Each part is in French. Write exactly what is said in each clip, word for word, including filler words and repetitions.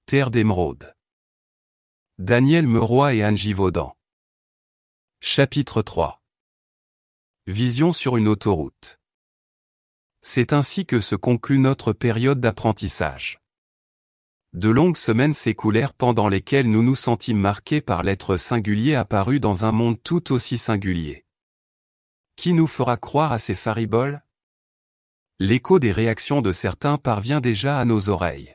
Terre d'émeraude. Daniel Meroy et Anne Givaudan. Chapitre trois. Vision sur une autoroute. C'est ainsi que se conclut notre période d'apprentissage. De longues semaines s'écoulèrent pendant lesquelles nous nous sentîmes marqués par l'être singulier apparu dans un monde tout aussi singulier. Qui nous fera croire à ces fariboles? L'écho des réactions de certains parvient déjà à nos oreilles.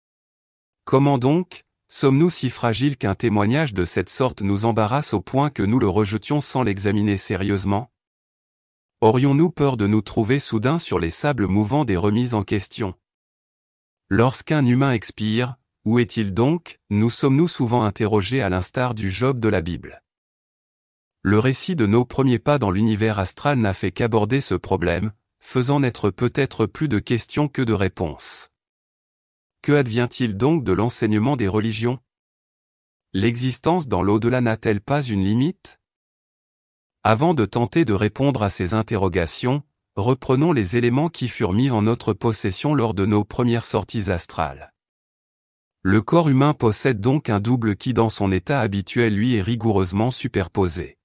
Comment donc, sommes-nous si fragiles qu'un témoignage de cette sorte nous embarrasse au point que nous le rejetions sans l'examiner sérieusement? Aurions-nous peur de nous trouver soudain sur les sables mouvants des remises en question? Lorsqu'un humain expire, où est-il donc, nous sommes-nous souvent interrogés à l'instar du Job de la Bible. Le récit de nos premiers pas dans l'univers astral n'a fait qu'aborder ce problème, faisant naître peut-être plus de questions que de réponses. Que advient-il donc de l'enseignement des religions? L'existence dans l'au-delà n'a-t-elle pas une limite? Avant de tenter de répondre à ces interrogations, reprenons les éléments qui furent mis en notre possession lors de nos premières sorties astrales. Le corps humain possède donc un double qui dans son état habituel lui est rigoureusement superposé.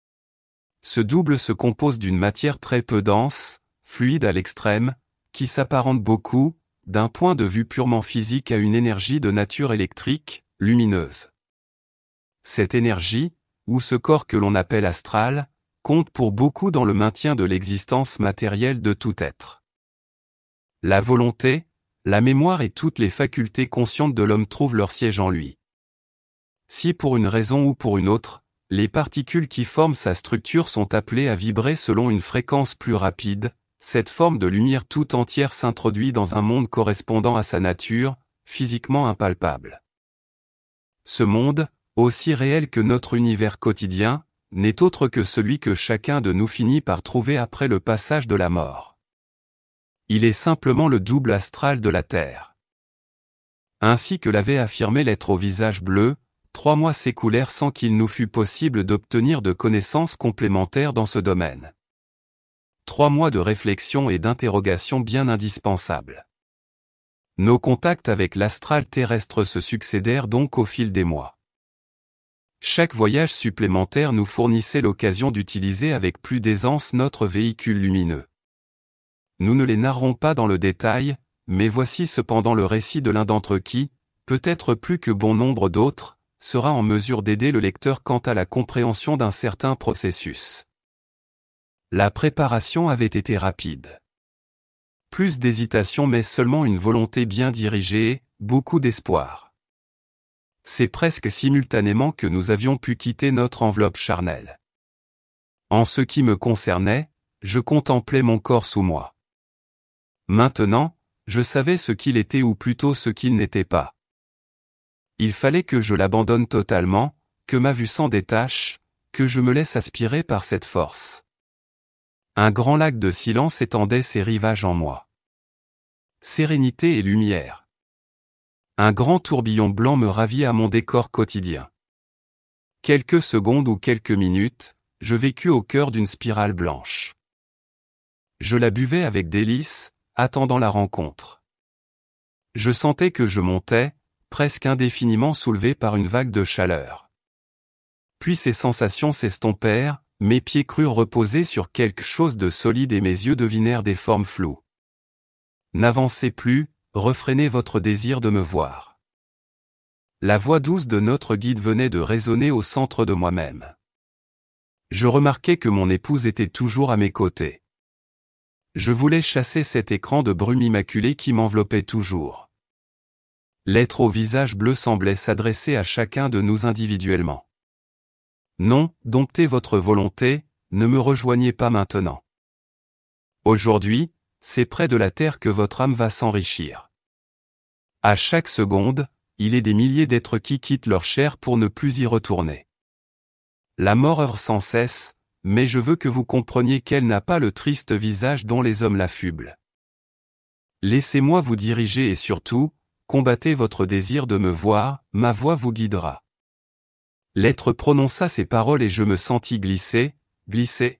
Ce double se compose d'une matière très peu dense, fluide à l'extrême, qui s'apparente beaucoup, d'un point de vue purement physique à une énergie de nature électrique, lumineuse. Cette énergie, ou ce corps que l'on appelle astral, compte pour beaucoup dans le maintien de l'existence matérielle de tout être. La volonté, la mémoire et toutes les facultés conscientes de l'homme trouvent leur siège en lui. Si pour une raison ou pour une autre, les particules qui forment sa structure sont appelées à vibrer selon une fréquence plus rapide, cette forme de lumière tout entière s'introduit dans un monde correspondant à sa nature, physiquement impalpable. Ce monde, aussi réel que notre univers quotidien, n'est autre que celui que chacun de nous finit par trouver après le passage de la mort. Il est simplement le double astral de la Terre. Ainsi que l'avait affirmé l'être au visage bleu, trois mois s'écoulèrent sans qu'il nous fût possible d'obtenir de connaissances complémentaires dans ce domaine. Trois mois de réflexion et d'interrogation bien indispensables. Nos contacts avec l'astral terrestre se succédèrent donc au fil des mois. Chaque voyage supplémentaire nous fournissait l'occasion d'utiliser avec plus d'aisance notre véhicule lumineux. Nous ne les narrons pas dans le détail, mais voici cependant le récit de l'un d'entre eux qui, peut-être plus que bon nombre d'autres, sera en mesure d'aider le lecteur quant à la compréhension d'un certain processus. La préparation avait été rapide. Plus d'hésitation mais seulement une volonté bien dirigée, beaucoup d'espoir. C'est presque simultanément que nous avions pu quitter notre enveloppe charnelle. En ce qui me concernait, je contemplais mon corps sous moi. Maintenant, je savais ce qu'il était ou plutôt ce qu'il n'était pas. Il fallait que je l'abandonne totalement, que ma vue s'en détache, que je me laisse aspirer par cette force. Un grand lac de silence étendait ses rivages en moi. Sérénité et lumière. Un grand tourbillon blanc me ravit à mon décor quotidien. Quelques secondes ou quelques minutes, je vécus au cœur d'une spirale blanche. Je la buvais avec délice, attendant la rencontre. Je sentais que je montais, presque indéfiniment soulevé par une vague de chaleur. Puis ces sensations s'estompèrent, mes pieds crurent reposer sur quelque chose de solide et mes yeux devinèrent des formes floues. N'avancez plus, refrénez votre désir de me voir. La voix douce de notre guide venait de résonner au centre de moi-même. Je remarquai que mon épouse était toujours à mes côtés. Je voulais chasser cet écran de brume immaculée qui m'enveloppait toujours. L'être au visage bleu semblait s'adresser à chacun de nous individuellement. Non, domptez votre volonté, ne me rejoignez pas maintenant. Aujourd'hui, c'est près de la terre que votre âme va s'enrichir. À chaque seconde, il est des milliers d'êtres qui quittent leur chair pour ne plus y retourner. La mort œuvre sans cesse, mais je veux que vous compreniez qu'elle n'a pas le triste visage dont les hommes l'affublent. Laissez-moi vous diriger et surtout, combattez votre désir de me voir, ma voix vous guidera. L'être prononça ces paroles et je me sentis glisser, glisser.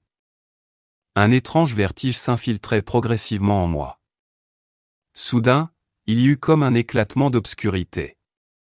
Un étrange vertige s'infiltrait progressivement en moi. Soudain, il y eut comme un éclatement d'obscurité.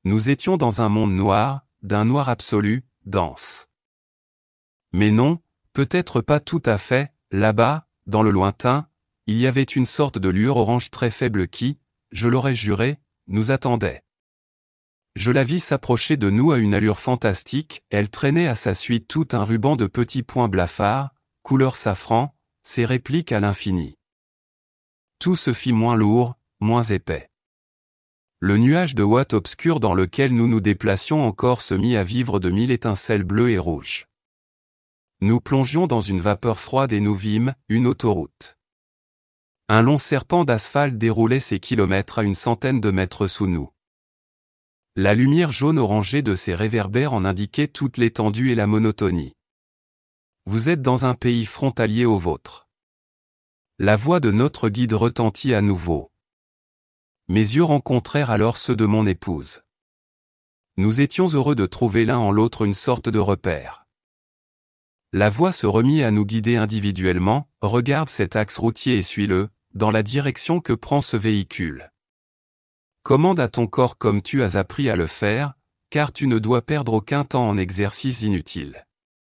Nous étions dans un monde noir, d'un noir absolu, dense. Mais non, peut-être pas tout à fait, là-bas, dans le lointain, il y avait une sorte de lueur orange très faible qui, je l'aurais juré, nous attendait. Je la vis s'approcher de nous à une allure fantastique, elle traînait à sa suite tout un ruban de petits points blafards, couleur safran, ses répliques à l'infini. Tout se fit moins lourd, moins épais. Le nuage de ouate obscur dans lequel nous nous déplacions encore se mit à vivre de mille étincelles bleues et rouges. Nous plongions dans une vapeur froide et nous vîmes une autoroute. Un long serpent d'asphalte déroulait ses kilomètres à une centaine de mètres sous nous. La lumière jaune-orangée de ses réverbères en indiquait toute l'étendue et la monotonie. Vous êtes dans un pays frontalier au vôtre. La voix de notre guide retentit à nouveau. Mes yeux rencontrèrent alors ceux de mon épouse. Nous étions heureux de trouver l'un en l'autre une sorte de repère. La voix se remit à nous guider individuellement, regarde cet axe routier et suis-le, dans la direction que prend ce véhicule. Commande à ton corps comme tu as appris à le faire, car tu ne dois perdre aucun temps en exercice inutile.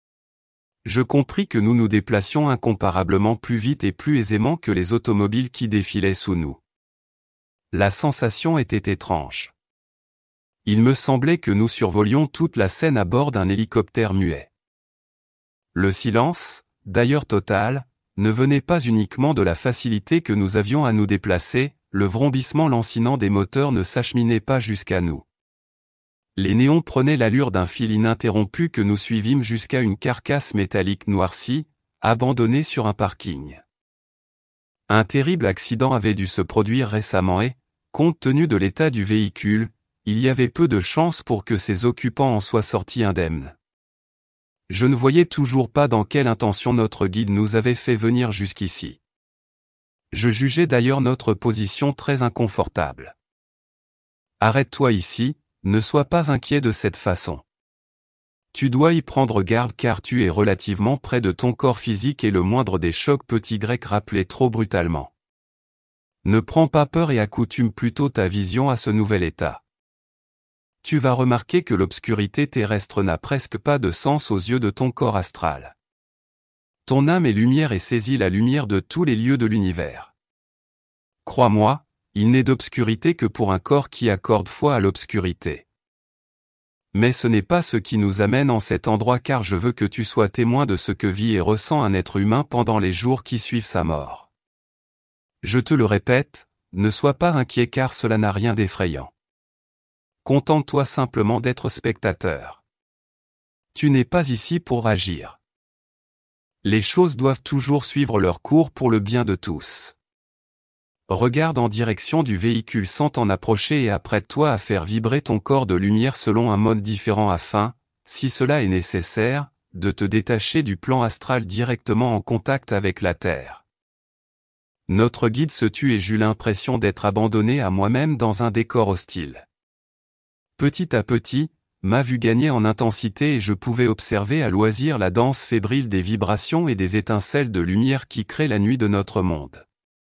Je compris que nous nous déplacions incomparablement plus vite et plus aisément que les automobiles qui défilaient sous nous. La sensation était étrange. Il me semblait que nous survolions toute la scène à bord d'un hélicoptère muet. Le silence, d'ailleurs total, ne venait pas uniquement de la facilité que nous avions à nous déplacer, le vrombissement lancinant des moteurs ne s'acheminait pas jusqu'à nous. Les néons prenaient l'allure d'un fil ininterrompu que nous suivîmes jusqu'à une carcasse métallique noircie, abandonnée sur un parking. Un terrible accident avait dû se produire récemment et, compte tenu de l'état du véhicule, il y avait peu de chances pour que ses occupants en soient sortis indemnes. Je ne voyais toujours pas dans quelle intention notre guide nous avait fait venir jusqu'ici. Je jugeais d'ailleurs notre position très inconfortable. Arrête-toi ici, ne sois pas inquiet de cette façon. Tu dois y prendre garde car tu es relativement près de ton corps physique et le moindre des chocs peut y rappeler trop brutalement. Ne prends pas peur et accoutume plutôt ta vision à ce nouvel état. Tu vas remarquer que l'obscurité terrestre n'a presque pas de sens aux yeux de ton corps astral. Ton âme est lumière et saisit la lumière de tous les lieux de l'univers. Crois-moi, il n'est d'obscurité que pour un corps qui accorde foi à l'obscurité. Mais ce n'est pas ce qui nous amène en cet endroit car je veux que tu sois témoin de ce que vit et ressent un être humain pendant les jours qui suivent sa mort. Je te le répète, ne sois pas inquiet car cela n'a rien d'effrayant. Contente-toi simplement d'être spectateur. Tu n'es pas ici pour agir. Les choses doivent toujours suivre leur cours pour le bien de tous. Regarde en direction du véhicule sans t'en approcher et apprête-toi à faire vibrer ton corps de lumière selon un mode différent afin, si cela est nécessaire, de te détacher du plan astral directement en contact avec la Terre. Notre guide se tut et j'eus l'impression d'être abandonné à moi-même dans un décor hostile. Petit à petit, ma vue gagnait en intensité et je pouvais observer à loisir la danse fébrile des vibrations et des étincelles de lumière qui créent la nuit de notre monde.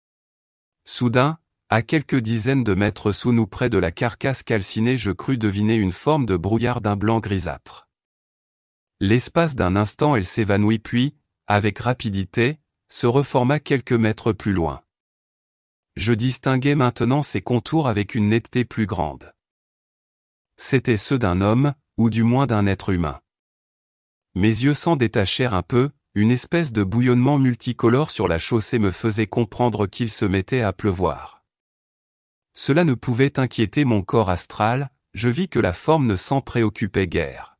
Soudain, à quelques dizaines de mètres sous nous près de la carcasse calcinée je crus deviner une forme de brouillard d'un blanc grisâtre. L'espace d'un instant elle s'évanouit puis, avec rapidité, se reforma quelques mètres plus loin. Je distinguais maintenant ses contours avec une netteté plus grande. C'étaient ceux d'un homme, ou du moins d'un être humain. Mes yeux s'en détachèrent un peu, une espèce de bouillonnement multicolore sur la chaussée me faisait comprendre qu'il se mettait à pleuvoir. Cela ne pouvait inquiéter mon corps astral, je vis que la forme ne s'en préoccupait guère.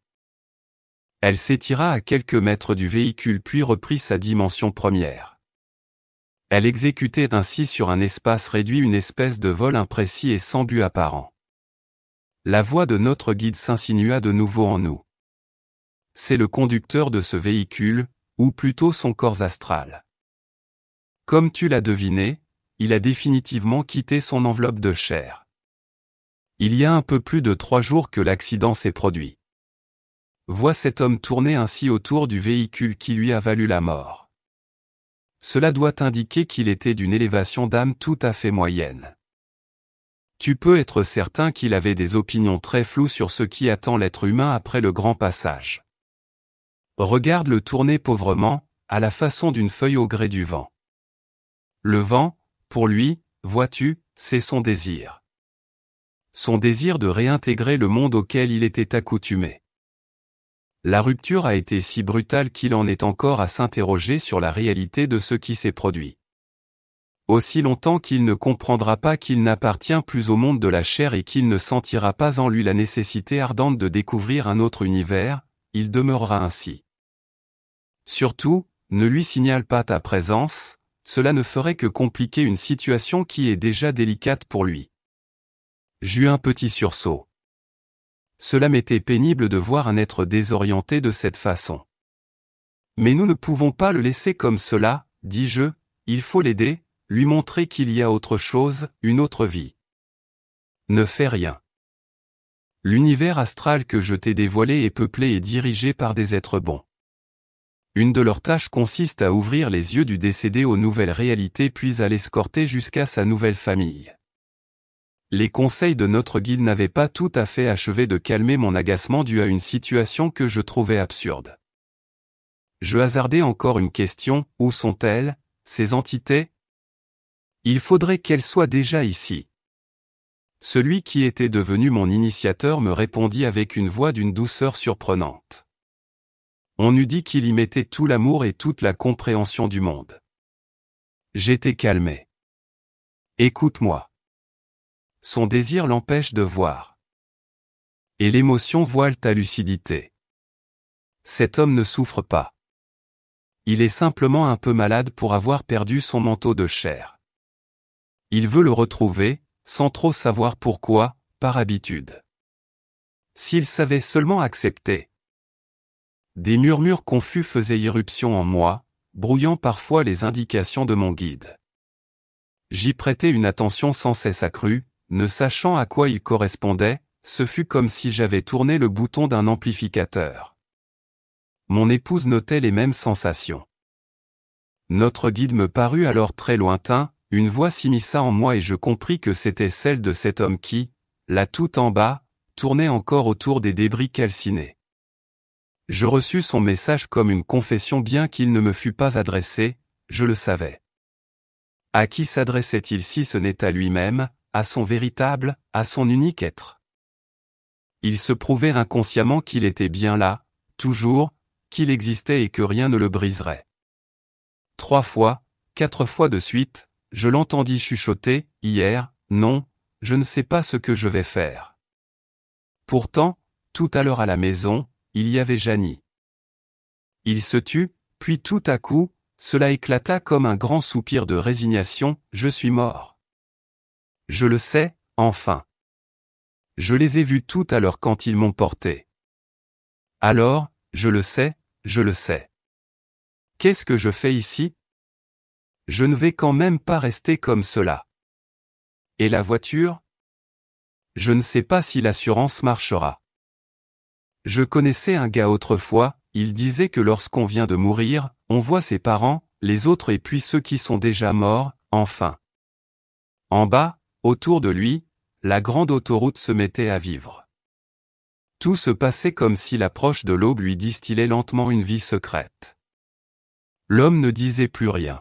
Elle s'étira à quelques mètres du véhicule puis reprit sa dimension première. Elle exécutait ainsi sur un espace réduit une espèce de vol imprécis et sans but apparent. La voix de notre guide s'insinua de nouveau en nous. C'est le conducteur de ce véhicule, ou plutôt son corps astral. Comme tu l'as deviné, il a définitivement quitté son enveloppe de chair. Il y a un peu plus de trois jours que l'accident s'est produit. Vois cet homme tourner ainsi autour du véhicule qui lui a valu la mort. Cela doit indiquer qu'il était d'une élévation d'âme tout à fait moyenne. Tu peux être certain qu'il avait des opinions très floues sur ce qui attend l'être humain après le grand passage. Regarde-le tourner pauvrement, à la façon d'une feuille au gré du vent. Le vent, pour lui, vois-tu, c'est son désir. Son désir de réintégrer le monde auquel il était accoutumé. La rupture a été si brutale qu'il en est encore à s'interroger sur la réalité de ce qui s'est produit. Aussi longtemps qu'il ne comprendra pas qu'il n'appartient plus au monde de la chair et qu'il ne sentira pas en lui la nécessité ardente de découvrir un autre univers, il demeurera ainsi. Surtout, ne lui signale pas ta présence, cela ne ferait que compliquer une situation qui est déjà délicate pour lui. J'eus un petit sursaut. Cela m'était pénible de voir un être désorienté de cette façon. Mais nous ne pouvons pas le laisser comme cela, dis-je, il faut l'aider, lui montrer qu'il y a autre chose, une autre vie. Ne fais rien. L'univers astral que je t'ai dévoilé est peuplé et dirigé par des êtres bons. Une de leurs tâches consiste à ouvrir les yeux du décédé aux nouvelles réalités puis à l'escorter jusqu'à sa nouvelle famille. Les conseils de notre guide n'avaient pas tout à fait achevé de calmer mon agacement dû à une situation que je trouvais absurde. Je hasardai encore une question, où sont-elles, ces entités ? Il faudrait qu'elles soient déjà ici. Celui qui était devenu mon initiateur me répondit avec une voix d'une douceur surprenante. On eût dit qu'il y mettait tout l'amour et toute la compréhension du monde. J'étais calmé. Écoute-moi. Son désir l'empêche de voir. Et l'émotion voile ta lucidité. Cet homme ne souffre pas. Il est simplement un peu malade pour avoir perdu son manteau de chair. Il veut le retrouver, sans trop savoir pourquoi, par habitude. S'il savait seulement accepter. Des murmures confus faisaient irruption en moi, brouillant parfois les indications de mon guide. J'y prêtais une attention sans cesse accrue, ne sachant à quoi il correspondait, ce fut comme si j'avais tourné le bouton d'un amplificateur. Mon épouse notait les mêmes sensations. Notre guide me parut alors très lointain, une voix s'immisça en moi et je compris que c'était celle de cet homme qui, là tout en bas, tournait encore autour des débris calcinés. Je reçus son message comme une confession bien qu'il ne me fût pas adressé, je le savais. À qui s'adressait-il si ce n'est à lui-même, à son véritable, à son unique être? Il se prouvait inconsciemment qu'il était bien là, toujours, qu'il existait et que rien ne le briserait. Trois fois, quatre fois de suite, je l'entendis chuchoter, hier, non, je ne sais pas ce que je vais faire. Pourtant, tout à l'heure à la maison, il y avait Janie. Il se tut, puis tout à coup, cela éclata comme un grand soupir de résignation, je suis mort. Je le sais, enfin. Je les ai vus tout à l'heure quand ils m'ont porté. Alors, je le sais, je le sais. Qu'est-ce que je fais ici? Je ne vais quand même pas rester comme cela. Et la voiture? Je ne sais pas si l'assurance marchera. Je connaissais un gars autrefois, il disait que lorsqu'on vient de mourir, on voit ses parents, les autres et puis ceux qui sont déjà morts, enfin. En bas, autour de lui, la grande autoroute se mettait à vivre. Tout se passait comme si l'approche de l'aube lui distillait lentement une vie secrète. L'homme ne disait plus rien.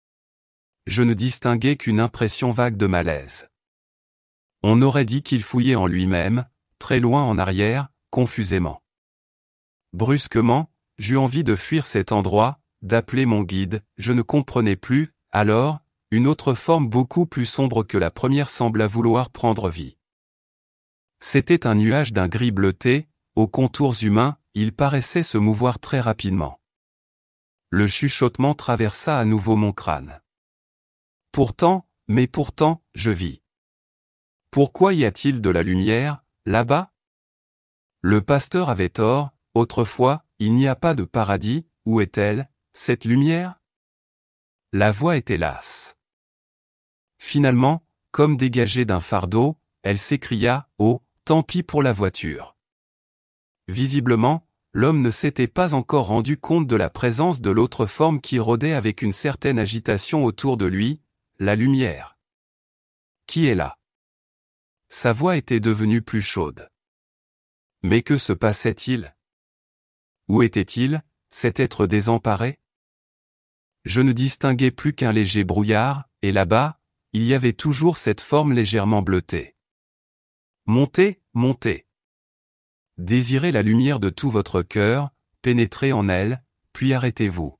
Je ne distinguais qu'une impression vague de malaise. On aurait dit qu'il fouillait en lui-même, très loin en arrière, confusément. Brusquement, j'eus envie de fuir cet endroit, d'appeler mon guide, je ne comprenais plus, alors, une autre forme beaucoup plus sombre que la première sembla vouloir prendre vie. C'était un nuage d'un gris bleuté, aux contours humains, il paraissait se mouvoir très rapidement. Le chuchotement traversa à nouveau mon crâne. Pourtant, mais pourtant, je vis. Pourquoi y a-t-il de la lumière, là-bas? Le pasteur avait tort, autrefois, il n'y a pas de paradis, où est-elle, cette lumière? La voix était lasse. Finalement, comme dégagée d'un fardeau, elle s'écria, « Oh, tant pis pour la voiture. » Visiblement, l'homme ne s'était pas encore rendu compte de la présence de l'autre forme qui rôdait avec une certaine agitation autour de lui, la lumière. Qui est là? Sa voix était devenue plus chaude. Mais que se passait-il? Où était-il, cet être désemparé? Je ne distinguais plus qu'un léger brouillard, et là-bas, il y avait toujours cette forme légèrement bleutée. Montez, montez. Désirez la lumière de tout votre cœur, pénétrez en elle, puis arrêtez-vous.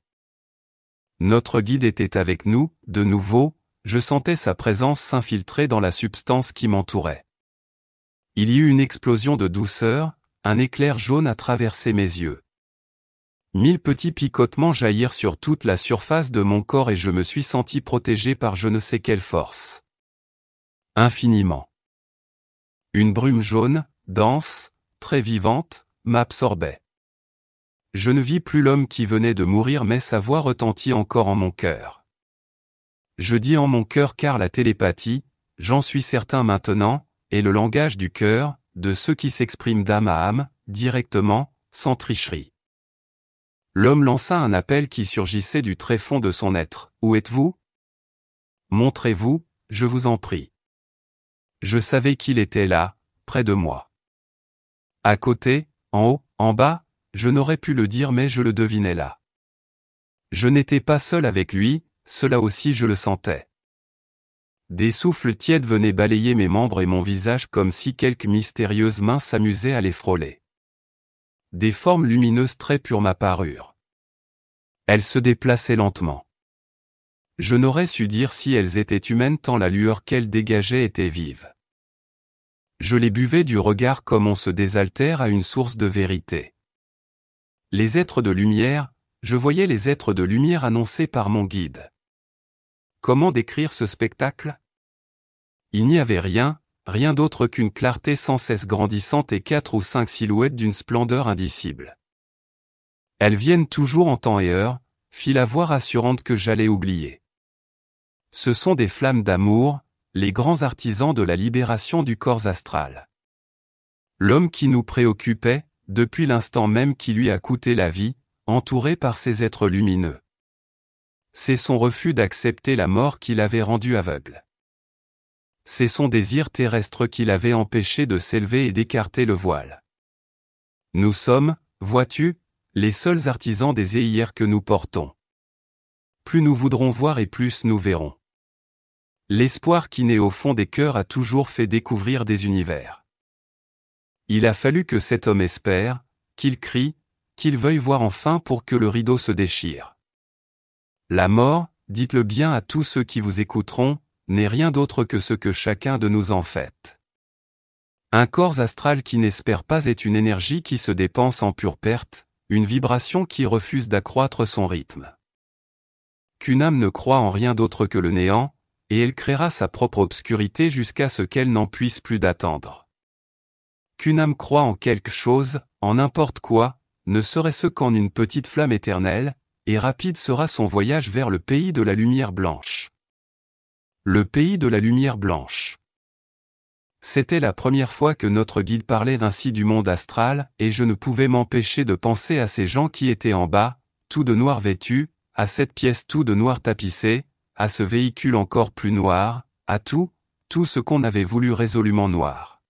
Notre guide était avec nous, de nouveau, je sentais sa présence s'infiltrer dans la substance qui m'entourait. Il y eut une explosion de douceur, un éclair jaune a traversé mes yeux. Mille petits picotements jaillirent sur toute la surface de mon corps et je me suis senti protégé par je ne sais quelle force. Infiniment. Une brume jaune, dense, très vivante, m'absorbait. Je ne vis plus l'homme qui venait de mourir mais sa voix retentit encore en mon cœur. Je dis en mon cœur car la télépathie, j'en suis certain maintenant, est le langage du cœur, de ceux qui s'expriment d'âme à âme, directement, sans tricherie. L'homme lança un appel qui surgissait du tréfonds de son être. Où êtes-vous? Montrez-vous, je vous en prie. Je savais qu'il était là, près de moi. À côté, en haut, en bas, je n'aurais pu le dire mais je le devinais là. Je n'étais pas seul avec lui, cela aussi je le sentais. Des souffles tièdes venaient balayer mes membres et mon visage comme si quelque mystérieuse main s'amusait à les frôler. Des formes lumineuses très pures m'apparurent. Elles se déplaçaient lentement. Je n'aurais su dire si elles étaient humaines tant la lueur qu'elles dégageaient était vive. Je les buvais du regard comme on se désaltère à une source de vérité. Les êtres de lumière, je voyais les êtres de lumière annoncés par mon guide. Comment décrire ce spectacle? Il n'y avait rien, rien d'autre qu'une clarté sans cesse grandissante et quatre ou cinq silhouettes d'une splendeur indicible. Elles viennent toujours en temps et heure, fit la voix rassurante que j'allais oublier. Ce sont des flammes d'amour, les grands artisans de la libération du corps astral. L'homme qui nous préoccupait, depuis l'instant même qui lui a coûté la vie, entouré par ces êtres lumineux. C'est son refus d'accepter la mort qui l'avait rendu aveugle. C'est son désir terrestre qui l'avait empêché de s'élever et d'écarter le voile. Nous sommes, vois-tu, les seuls artisans des éhyères que nous portons. Plus nous voudrons voir et plus nous verrons. L'espoir qui naît au fond des cœurs a toujours fait découvrir des univers. Il a fallu que cet homme espère, qu'il crie, qu'il veuille voir enfin pour que le rideau se déchire. La mort, dites-le bien à tous ceux qui vous écouteront, n'est rien d'autre que ce que chacun de nous en fait. Un corps astral qui n'espère pas est une énergie qui se dépense en pure perte, une vibration qui refuse d'accroître son rythme. Qu'une âme ne croit en rien d'autre que le néant, et elle créera sa propre obscurité jusqu'à ce qu'elle n'en puisse plus d'attendre. Qu'une âme croit en quelque chose, en n'importe quoi, ne serait-ce qu'en une petite flamme éternelle, et rapide sera son voyage vers le pays de la lumière blanche. Le pays de la lumière blanche. C'était la première fois que notre guide parlait ainsi du monde astral, et je ne pouvais m'empêcher de penser à ces gens qui étaient en bas, tout de noir vêtus, à cette pièce tout de noir tapissée, à ce véhicule encore plus noir, à tout, tout ce qu'on avait voulu résolument noir.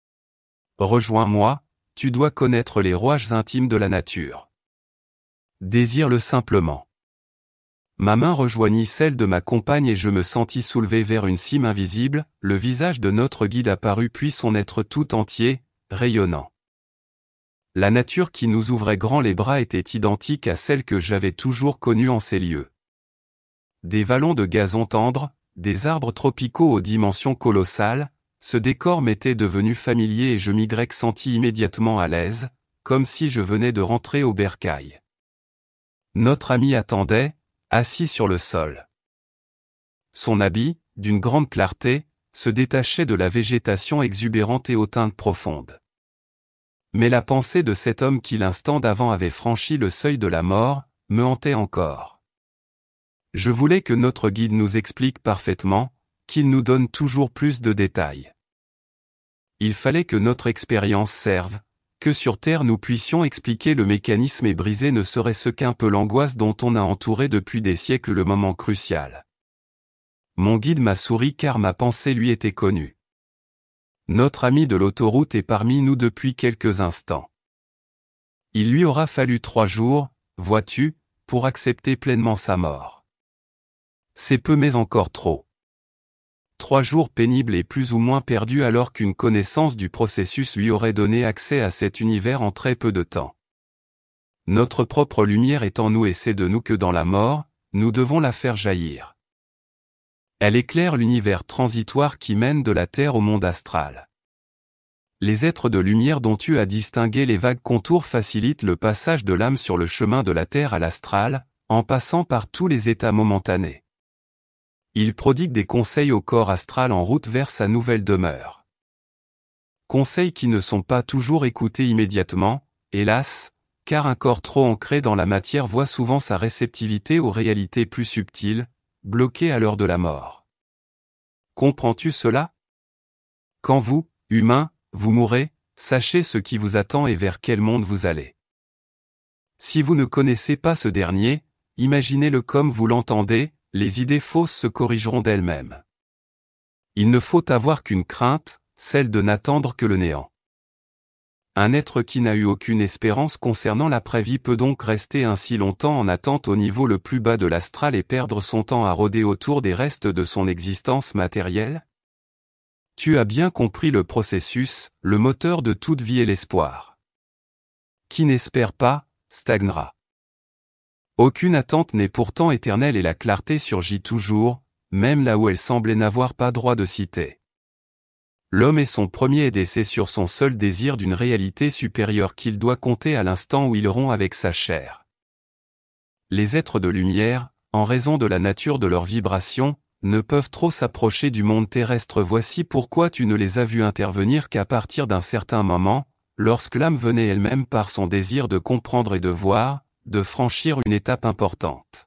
Rejoins-moi, tu dois connaître les rouages intimes de la nature. Désire-le simplement. Ma main rejoignit celle de ma compagne et je me sentis soulevé vers une cime invisible, le visage de notre guide apparut puis son être tout entier, rayonnant. La nature qui nous ouvrait grand les bras était identique à celle que j'avais toujours connue en ces lieux. Des vallons de gazon tendre, des arbres tropicaux aux dimensions colossales, ce décor m'était devenu familier et je m'y sentis immédiatement à l'aise, comme si je venais de rentrer au bercail. Notre ami attendait, assis sur le sol. Son habit, d'une grande clarté, se détachait de la végétation exubérante et aux teintes profondes. Mais la pensée de cet homme qui l'instant d'avant avait franchi le seuil de la mort, me hantait encore. Je voulais que notre guide nous explique parfaitement, qu'il nous donne toujours plus de détails. Il fallait que notre expérience serve, que sur Terre nous puissions expliquer le mécanisme et briser ne serait-ce qu'un peu l'angoisse dont on a entouré depuis des siècles le moment crucial. Mon guide m'a souri car ma pensée lui était connue. Notre ami de l'autoroute est parmi nous depuis quelques instants. Il lui aura fallu trois jours, vois-tu, pour accepter pleinement sa mort. C'est peu mais encore trop. Trois jours pénibles et plus ou moins perdus alors qu'une connaissance du processus lui aurait donné accès à cet univers en très peu de temps. Notre propre lumière est en nous et c'est de nous que dans la mort, nous devons la faire jaillir. Elle éclaire l'univers transitoire qui mène de la terre au monde astral. Les êtres de lumière dont tu as distingué les vagues contours facilitent le passage de l'âme sur le chemin de la terre à l'astral, en passant par tous les états momentanés. Ils prodiguent des conseils au corps astral en route vers sa nouvelle demeure. Conseils qui ne sont pas toujours écoutés immédiatement, hélas, car un corps trop ancré dans la matière voit souvent sa réceptivité aux réalités plus subtiles, bloquée à l'heure de la mort. Comprends-tu cela? Quand vous, humains, vous mourrez, sachez ce qui vous attend et vers quel monde vous allez. Si vous ne connaissez pas ce dernier, imaginez-le comme vous l'entendez, les idées fausses se corrigeront d'elles-mêmes. Il ne faut avoir qu'une crainte, celle de n'attendre que le néant. Un être qui n'a eu aucune espérance concernant l'après-vie peut donc rester ainsi longtemps en attente au niveau le plus bas de l'astral et perdre son temps à rôder autour des restes de son existence matérielle? Tu as bien compris le processus, le moteur de toute vie est l'espoir. Qui n'espère pas, stagnera. Aucune attente n'est pourtant éternelle et la clarté surgit toujours, même là où elle semblait n'avoir pas droit de citer. L'homme est son premier décès sur son seul désir d'une réalité supérieure qu'il doit compter à l'instant où il rompt avec sa chair. Les êtres de lumière, en raison de la nature de leur vibration, ne peuvent trop s'approcher du monde terrestre. Voici pourquoi tu ne les as vus intervenir qu'à partir d'un certain moment, lorsque l'âme venait elle-même par son désir de comprendre et de voir, de franchir une étape importante.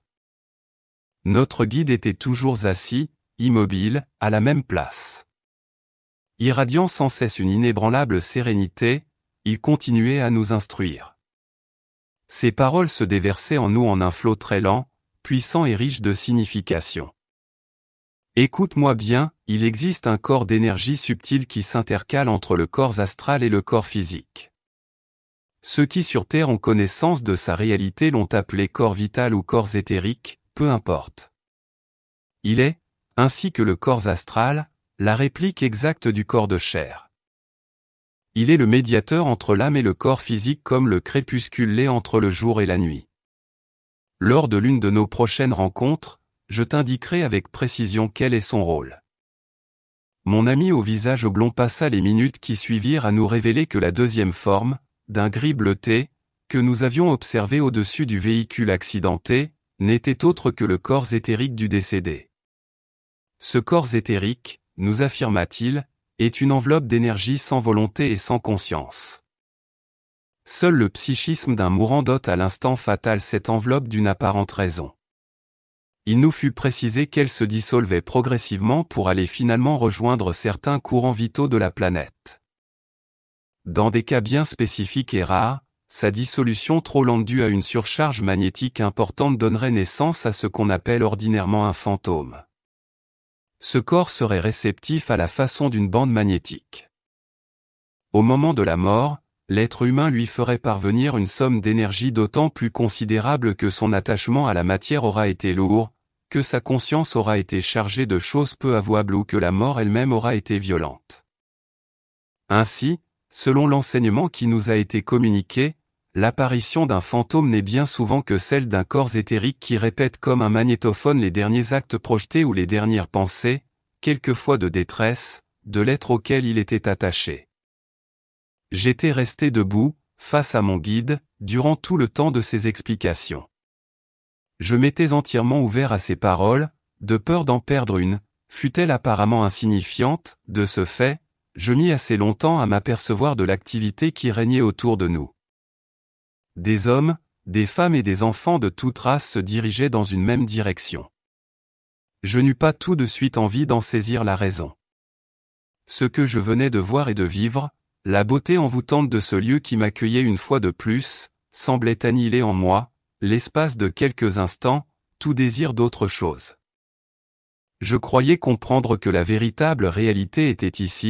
Notre guide était toujours assis, immobile, à la même place. Irradiant sans cesse une inébranlable sérénité, il continuait à nous instruire. Ses paroles se déversaient en nous en un flot très lent, puissant et riche de signification. Écoute-moi bien, il existe un corps d'énergie subtile qui s'intercale entre le corps astral et le corps physique. Ceux qui sur Terre ont connaissance de sa réalité l'ont appelé corps vital ou corps éthérique, peu importe. Il est, ainsi que le corps astral, la réplique exacte du corps de chair. Il est le médiateur entre l'âme et le corps physique comme le crépuscule l'est entre le jour et la nuit. Lors de l'une de nos prochaines rencontres, je t'indiquerai avec précision quel est son rôle. Mon ami au visage oblong passa les minutes qui suivirent à nous révéler que la deuxième forme, d'un gris bleuté, que nous avions observé au-dessus du véhicule accidenté, n'était autre que le corps éthérique du décédé. Ce corps éthérique, nous affirma-t-il, est une enveloppe d'énergie sans volonté et sans conscience. Seul le psychisme d'un mourant dote à l'instant fatal cette enveloppe d'une apparente raison. Il nous fut précisé qu'elle se dissolvait progressivement pour aller finalement rejoindre certains courants vitaux de la planète. Dans des cas bien spécifiques et rares, sa dissolution trop lente due à une surcharge magnétique importante donnerait naissance à ce qu'on appelle ordinairement un fantôme. Ce corps serait réceptif à la façon d'une bande magnétique. Au moment de la mort, l'être humain lui ferait parvenir une somme d'énergie d'autant plus considérable que son attachement à la matière aura été lourd, que sa conscience aura été chargée de choses peu avouables ou que la mort elle-même aura été violente. Ainsi, selon l'enseignement qui nous a été communiqué, l'apparition d'un fantôme n'est bien souvent que celle d'un corps éthérique qui répète comme un magnétophone les derniers actes projetés ou les dernières pensées, quelquefois de détresse, de l'être auquel il était attaché. J'étais resté debout, face à mon guide, durant tout le temps de ses explications. Je m'étais entièrement ouvert à ses paroles, de peur d'en perdre une, fût-elle apparemment insignifiante. De ce fait, je mis assez longtemps à m'apercevoir de l'activité qui régnait autour de nous. Des hommes, des femmes et des enfants de toute race se dirigeaient dans une même direction. Je n'eus pas tout de suite envie d'en saisir la raison. Ce que je venais de voir et de vivre, la beauté envoûtante de ce lieu qui m'accueillait une fois de plus, semblait annihiler en moi, l'espace de quelques instants, tout désir d'autre chose. Je croyais comprendre que la véritable réalité était ici,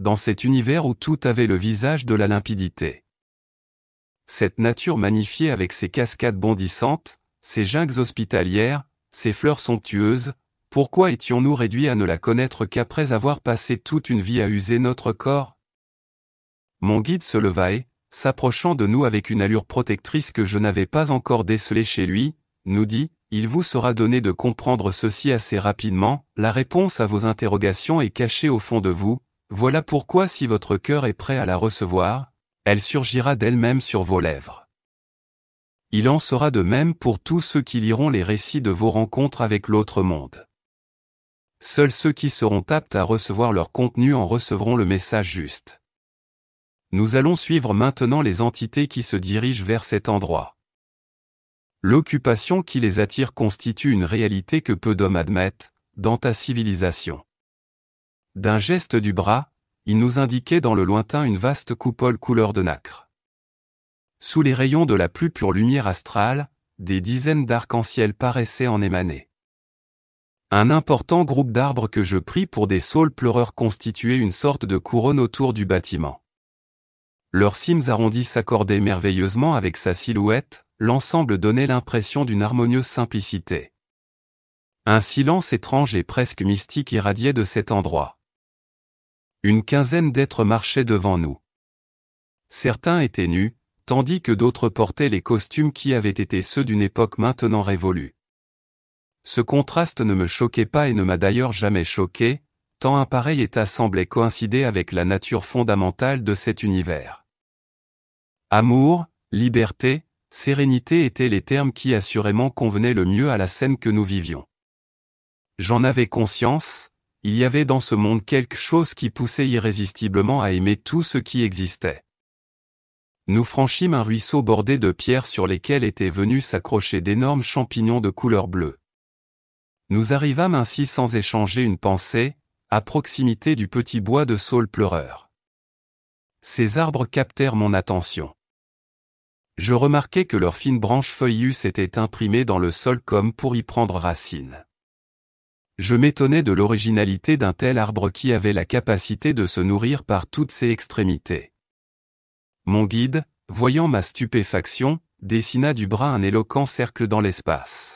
dans cet univers où tout avait le visage de la limpidité. Cette nature magnifiée avec ses cascades bondissantes, ses jungle hospitalières, ses fleurs somptueuses, pourquoi étions-nous réduits à ne la connaître qu'après avoir passé toute une vie à user notre corps? Mon guide se leva et, s'approchant de nous avec une allure protectrice que je n'avais pas encore décelée chez lui, nous dit, « Il vous sera donné de comprendre ceci assez rapidement, la réponse à vos interrogations est cachée au fond de vous, voilà pourquoi si votre cœur est prêt à la recevoir, elle surgira d'elle-même sur vos lèvres. » Il en sera de même pour tous ceux qui liront les récits de vos rencontres avec l'autre monde. Seuls ceux qui seront aptes à recevoir leur contenu en recevront le message juste. Nous allons suivre maintenant les entités qui se dirigent vers cet endroit. L'occupation qui les attire constitue une réalité que peu d'hommes admettent, dans ta civilisation. D'un geste du bras, il nous indiquait dans le lointain une vaste coupole couleur de nacre. Sous les rayons de la plus pure lumière astrale, des dizaines d'arcs-en-ciel paraissaient en émaner. Un important groupe d'arbres que je pris pour des saules pleureurs constituait une sorte de couronne autour du bâtiment. Leurs cimes arrondies s'accordaient merveilleusement avec sa silhouette, l'ensemble donnait l'impression d'une harmonieuse simplicité. Un silence étrange et presque mystique irradiait de cet endroit. Une quinzaine d'êtres marchaient devant nous. Certains étaient nus, tandis que d'autres portaient les costumes qui avaient été ceux d'une époque maintenant révolue. Ce contraste ne me choquait pas et ne m'a d'ailleurs jamais choqué, tant un pareil état semblait coïncider avec la nature fondamentale de cet univers. Amour, liberté, sérénité étaient les termes qui assurément convenaient le mieux à la scène que nous vivions. J'en avais conscience, il y avait dans ce monde quelque chose qui poussait irrésistiblement à aimer tout ce qui existait. Nous franchîmes un ruisseau bordé de pierres sur lesquelles étaient venus s'accrocher d'énormes champignons de couleur bleue. Nous arrivâmes ainsi sans échanger une pensée, à proximité du petit bois de saules pleureurs. Ces arbres captèrent mon attention. Je remarquai que leurs fines branches feuillues s'étaient imprimées dans le sol comme pour y prendre racine. Je m'étonnais de l'originalité d'un tel arbre qui avait la capacité de se nourrir par toutes ses extrémités. Mon guide, voyant ma stupéfaction, dessina du bras un éloquent cercle dans l'espace.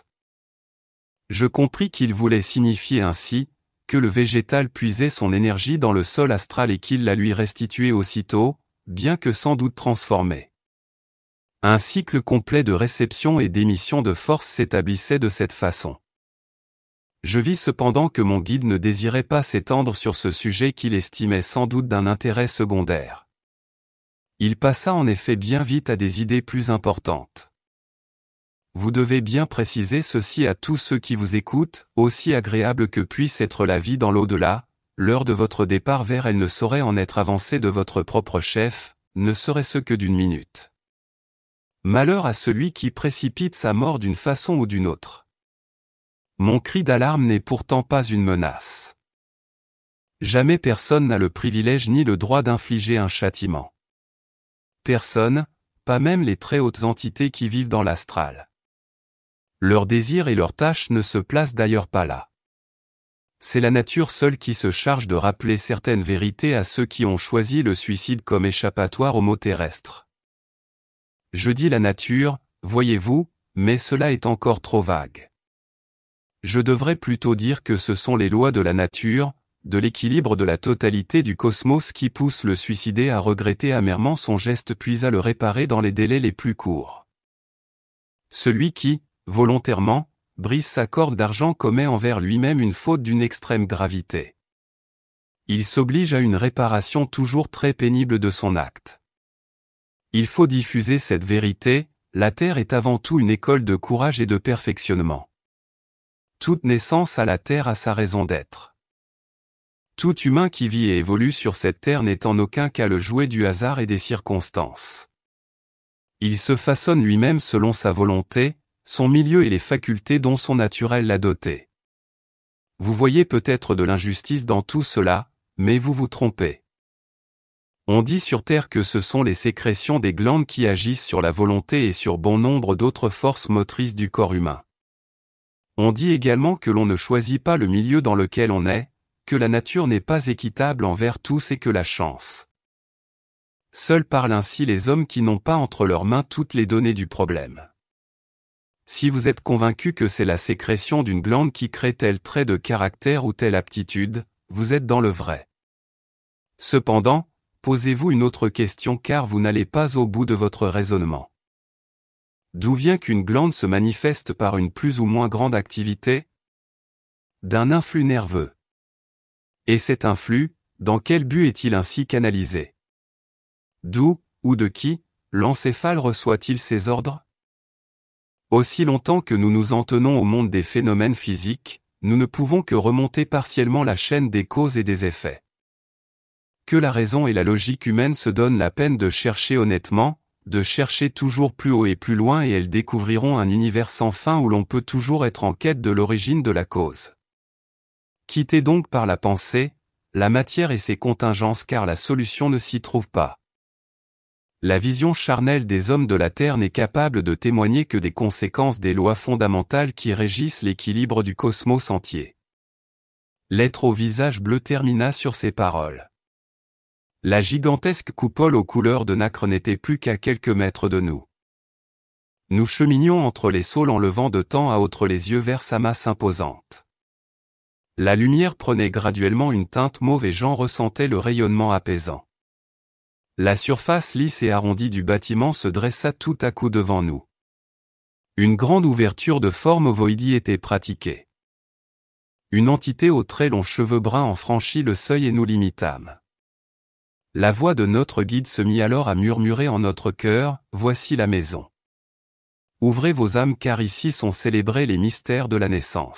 Je compris qu'il voulait signifier ainsi, que le végétal puisait son énergie dans le sol astral et qu'il la lui restituait aussitôt, bien que sans doute transformée. Un cycle complet de réception et d'émission de force s'établissait de cette façon. Je vis cependant que mon guide ne désirait pas s'étendre sur ce sujet qu'il estimait sans doute d'un intérêt secondaire. Il passa en effet bien vite à des idées plus importantes. Vous devez bien préciser ceci à tous ceux qui vous écoutent, aussi agréable que puisse être la vie dans l'au-delà, l'heure de votre départ vers elle ne saurait en être avancée de votre propre chef, ne serait-ce que d'une minute. Malheur à celui qui précipite sa mort d'une façon ou d'une autre. Mon cri d'alarme n'est pourtant pas une menace. Jamais personne n'a le privilège ni le droit d'infliger un châtiment. Personne, pas même les très hautes entités qui vivent dans l'astral. Leurs désirs et leurs tâches ne se placent d'ailleurs pas là. C'est la nature seule qui se charge de rappeler certaines vérités à ceux qui ont choisi le suicide comme échappatoire aux maux terrestres. Je dis la nature, voyez-vous, mais cela est encore trop vague. Je devrais plutôt dire que ce sont les lois de la nature, de l'équilibre de la totalité du cosmos qui poussent le suicidé à regretter amèrement son geste puis à le réparer dans les délais les plus courts. Celui qui, volontairement, brise sa corde d'argent commet envers lui-même une faute d'une extrême gravité. Il s'oblige à une réparation toujours très pénible de son acte. Il faut diffuser cette vérité, la Terre est avant tout une école de courage et de perfectionnement. Toute naissance à la Terre a sa raison d'être. Tout humain qui vit et évolue sur cette Terre n'est en aucun cas le jouet du hasard et des circonstances. Il se façonne lui-même selon sa volonté, son milieu et les facultés dont son naturel l'a doté. Vous voyez peut-être de l'injustice dans tout cela, mais vous vous trompez. On dit sur Terre que ce sont les sécrétions des glandes qui agissent sur la volonté et sur bon nombre d'autres forces motrices du corps humain. On dit également que l'on ne choisit pas le milieu dans lequel on est, que la nature n'est pas équitable envers tous et que la chance. Seuls parlent ainsi les hommes qui n'ont pas entre leurs mains toutes les données du problème. Si vous êtes convaincu que c'est la sécrétion d'une glande qui crée tel trait de caractère ou telle aptitude, vous êtes dans le vrai. Cependant, posez-vous une autre question car vous n'allez pas au bout de votre raisonnement. D'où vient qu'une glande se manifeste par une plus ou moins grande activité? D'un influx nerveux. Et cet influx, dans quel but est-il ainsi canalisé? D'où, ou de qui, l'encéphale reçoit-il ses ordres? Aussi longtemps que nous nous en tenons au monde des phénomènes physiques, nous ne pouvons que remonter partiellement la chaîne des causes et des effets. Que la raison et la logique humaine se donnent la peine de chercher honnêtement, de chercher toujours plus haut et plus loin et elles découvriront un univers sans fin où l'on peut toujours être en quête de l'origine de la cause. Quittez donc par la pensée, la matière et ses contingences car la solution ne s'y trouve pas. La vision charnelle des hommes de la Terre n'est capable de témoigner que des conséquences des lois fondamentales qui régissent l'équilibre du cosmos entier. L'être au visage bleu termina sur ces paroles. La gigantesque coupole aux couleurs de nacre n'était plus qu'à quelques mètres de nous. Nous cheminions entre les saules en levant de temps à autre les yeux vers sa masse imposante. La lumière prenait graduellement une teinte mauve et Jean ressentait le rayonnement apaisant. La surface lisse et arrondie du bâtiment se dressa tout à coup devant nous. Une grande ouverture de forme ovoïdie était pratiquée. Une entité aux très longs cheveux bruns en franchit le seuil et nous limitâmes. La voix de notre guide se mit alors à murmurer en notre cœur, « Voici la maison. Ouvrez vos âmes car ici sont célébrés les mystères de la naissance. »